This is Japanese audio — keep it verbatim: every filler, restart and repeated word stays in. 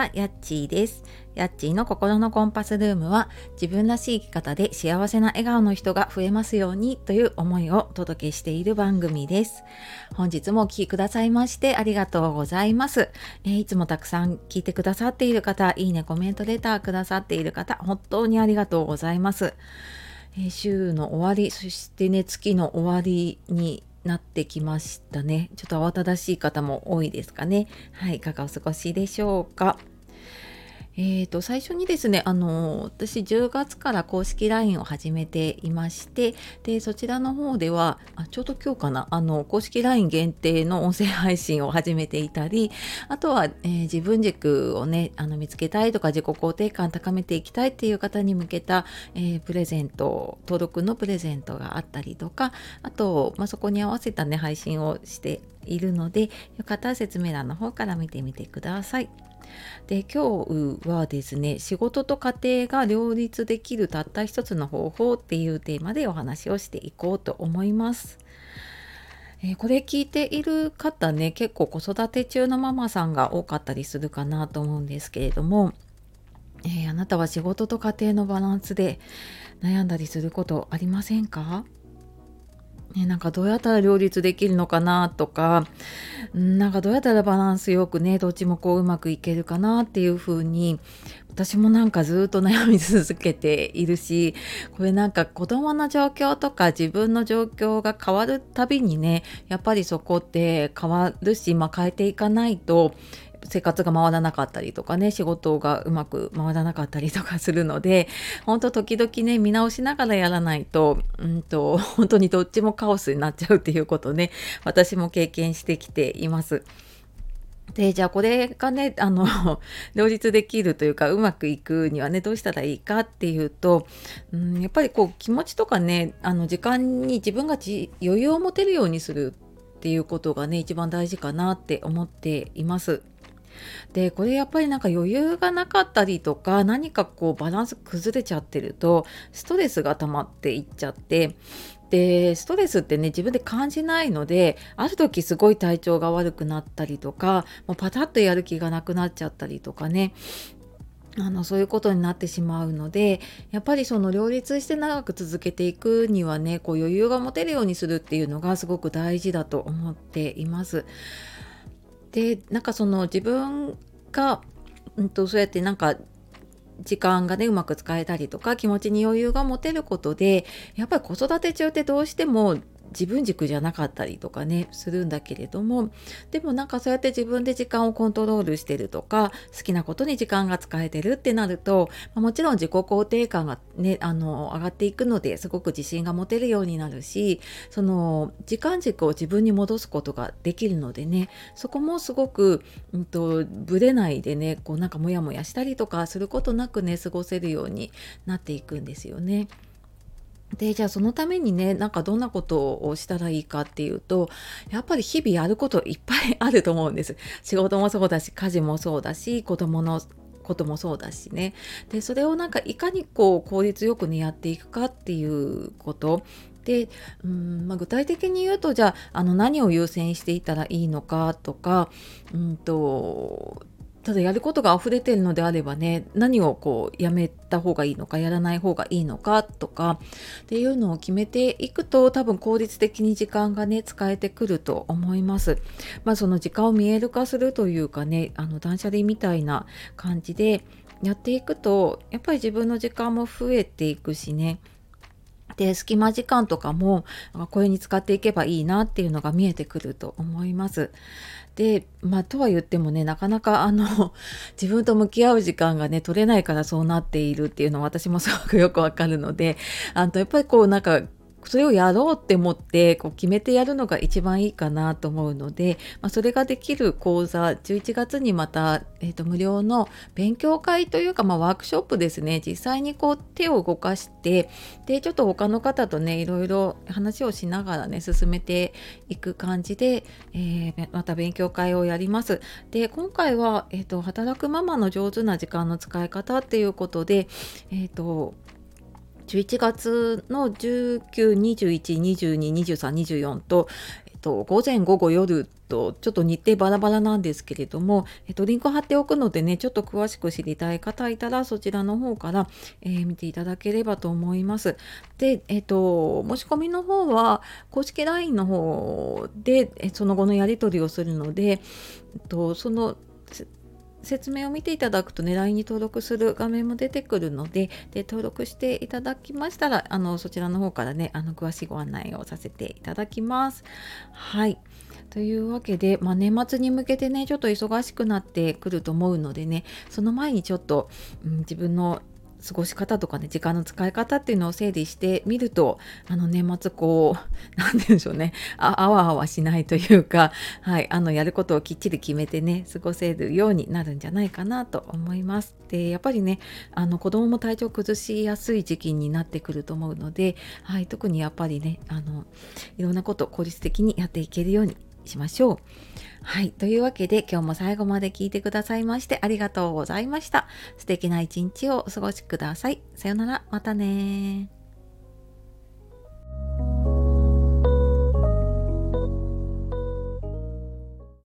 は、やっちーです。やっちーの心のコンパスルームは、自分らしい生き方で幸せな笑顔の人が増えますようにという思いをお届けしている番組です。本日もお聞きくださいましてありがとうございます。えーいつもたくさん聞いてくださっている方、いいね、コメントレターくださっている方、本当にありがとうございます。えー週の終わり、そしてね、月の終わりになってきましたね。ちょっと慌ただしい方も多いですかね。はい、いかがお過ごしでしょうか。えーと、最初にですね、あの、私じゅうがつから公式 ライン を始めていまして、で、そちらの方では、あ、ちょうど今日かな、あの、公式 ライン 限定の音声配信を始めていたり、あとは、えー自分軸をね、あの、見つけたいとか、自己肯定感高めていきたいっていう方に向けた、えープレゼント、登録のプレゼントがあったりとか、あと、まあ、そこに合わせたね、配信をしているので、よかったら説明欄の方から見てみてください。で、今日はですね、仕事と家庭が両立できるたった一つの方法っていうテーマでお話をしていこうと思います。えーこれ聞いている方ね、結構子育て中のママさんが多かったりするかなと思うんですけれども、えーあなたは仕事と家庭のバランスで悩んだりすることありませんか？ね、なんかどうやったら両立できるのかなとか、うんなんかどうやったらバランスよくね、どっちもこううまくいけるかなっていう風に、私もなんかずっと悩み続けているし、これなんか子供の状況とか自分の状況が変わるたびにね、やっぱりそこって変わるし、まあ、変えていかないと生活が回らなかったりとかね、仕事がうまく回らなかったりとかするので、本当時々ね、見直しながらやらないと、うんと、本当にどっちもカオスになっちゃうっていうことね、私も経験してきています。で、じゃあこれがね、あの、両立できるというか、うまくいくにはね、どうしたらいいかっていうと、うん、やっぱりこう気持ちとかね、あの時間に自分がじ余裕を持てるようにするっていうことがね、一番大事かなって思っています。で、これやっぱりなんか余裕がなかったりとか、何かこうバランス崩れちゃってると、ストレスが溜まっていっちゃって、で、ストレスってね、自分で感じないので、ある時すごい体調が悪くなったりとか、もうパタッとやる気がなくなっちゃったりとかね、あの、そういうことになってしまうので、やっぱりその両立して長く続けていくにはね、こう余裕が持てるようにするっていうのがすごく大事だと思っています。で、なんかその自分が、うんと、そうやってなんか時間がね、うまく使えたりとか、気持ちに余裕が持てることで、やっぱり子育て中ってどうしても自分軸じゃなかったりとかね、するんだけれども、でもなんかそうやって自分で時間をコントロールしてるとか、好きなことに時間が使えてるってなると、まあもちろん自己肯定感がね、あの、上がっていくので、すごく自信が持てるようになるし、その、時間軸を自分に戻すことができるのでね、そこもすごく、うんと、ぶれないでね、こうなんかモヤモヤしたりとかすることなくね、過ごせるようになっていくんですよね。で、じゃあそのためにね、なんかどんなことをしたらいいかっていうと、やっぱり日々やることいっぱいあると思うんです。仕事もそうだし、家事もそうだし、子供のこともそうだしね。で、それをなんかいかにこう効率よくね、やっていくかっていうこと。で、うん、まあ、具体的に言うと、じゃあ、あの、何を優先していったらいいのかとか、うんと、ただやることが溢れているのであればね、何をこうやめた方がいいのか、やらない方がいいのかとかっていうのを決めていくと、多分効率的に時間がね、使えてくると思います。まあその時間を見える化するというかね、あの断捨離みたいな感じでやっていくと、やっぱり自分の時間も増えていくしね。で、隙間時間とかも、あこれに使っていけばいいなっていうのが見えてくると思います。で、まあ、とは言ってもね、なかなかあの、自分と向き合う時間がね、取れないからそうなっているっていうのは私もすごくよくわかるので、あの、やっぱりこうなんか、それをやろうって思って、こう決めてやるのが一番いいかなと思うので、まあ、それができる講座、じゅういちがつにまた、えっと、無料の勉強会というか、まあ、ワークショップですね、実際にこう手を動かして、で、ちょっと他の方とね、いろいろ話をしながらね、進めていく感じで、えーまた勉強会をやります。で、今回は、えっと、働くママの上手な時間の使い方っていうことで、えっと、 じゅういちがつのじゅうく、にじゅういち、にじゅうに、にじゅうさん、にじゅうよんと、えっと、午前午後夜とちょっと日程バラバラなんですけれども、えっと、リンク貼っておくのでね、ちょっと詳しく知りたい方いたらそちらの方から、えー見ていただければと思います。で、えっと、申し込みの方は公式 ライン の方でえその後のやり取りをするので、えっと、その説明を見ていただくとね、 ライン に登録する画面も出てくるので、で登録していただきましたら、あのそちらの方からね、あの詳しいご案内をさせていただきます。はい。というわけで、まあ、年末に向けてね、ちょっと忙しくなってくると思うのでね、その前にちょっと、うん、自分の過ごし方とかね、時間の使い方っていうのを整理してみると、あの年末こう、なんて言うんでしょうね、ああわあわしないというか、はい、あのやることをきっちり決めてね、過ごせるようになるんじゃないかなと思います。で、やっぱりね、あの子供も体調崩しやすい時期になってくると思うので、はい、特にやっぱりね、あのいろんなことを効率的にやっていけるようにしましょう。はい。というわけで、今日も最後まで聞いてくださいましてありがとうございました。素敵な一日をお過ごしください。さよなら。またね。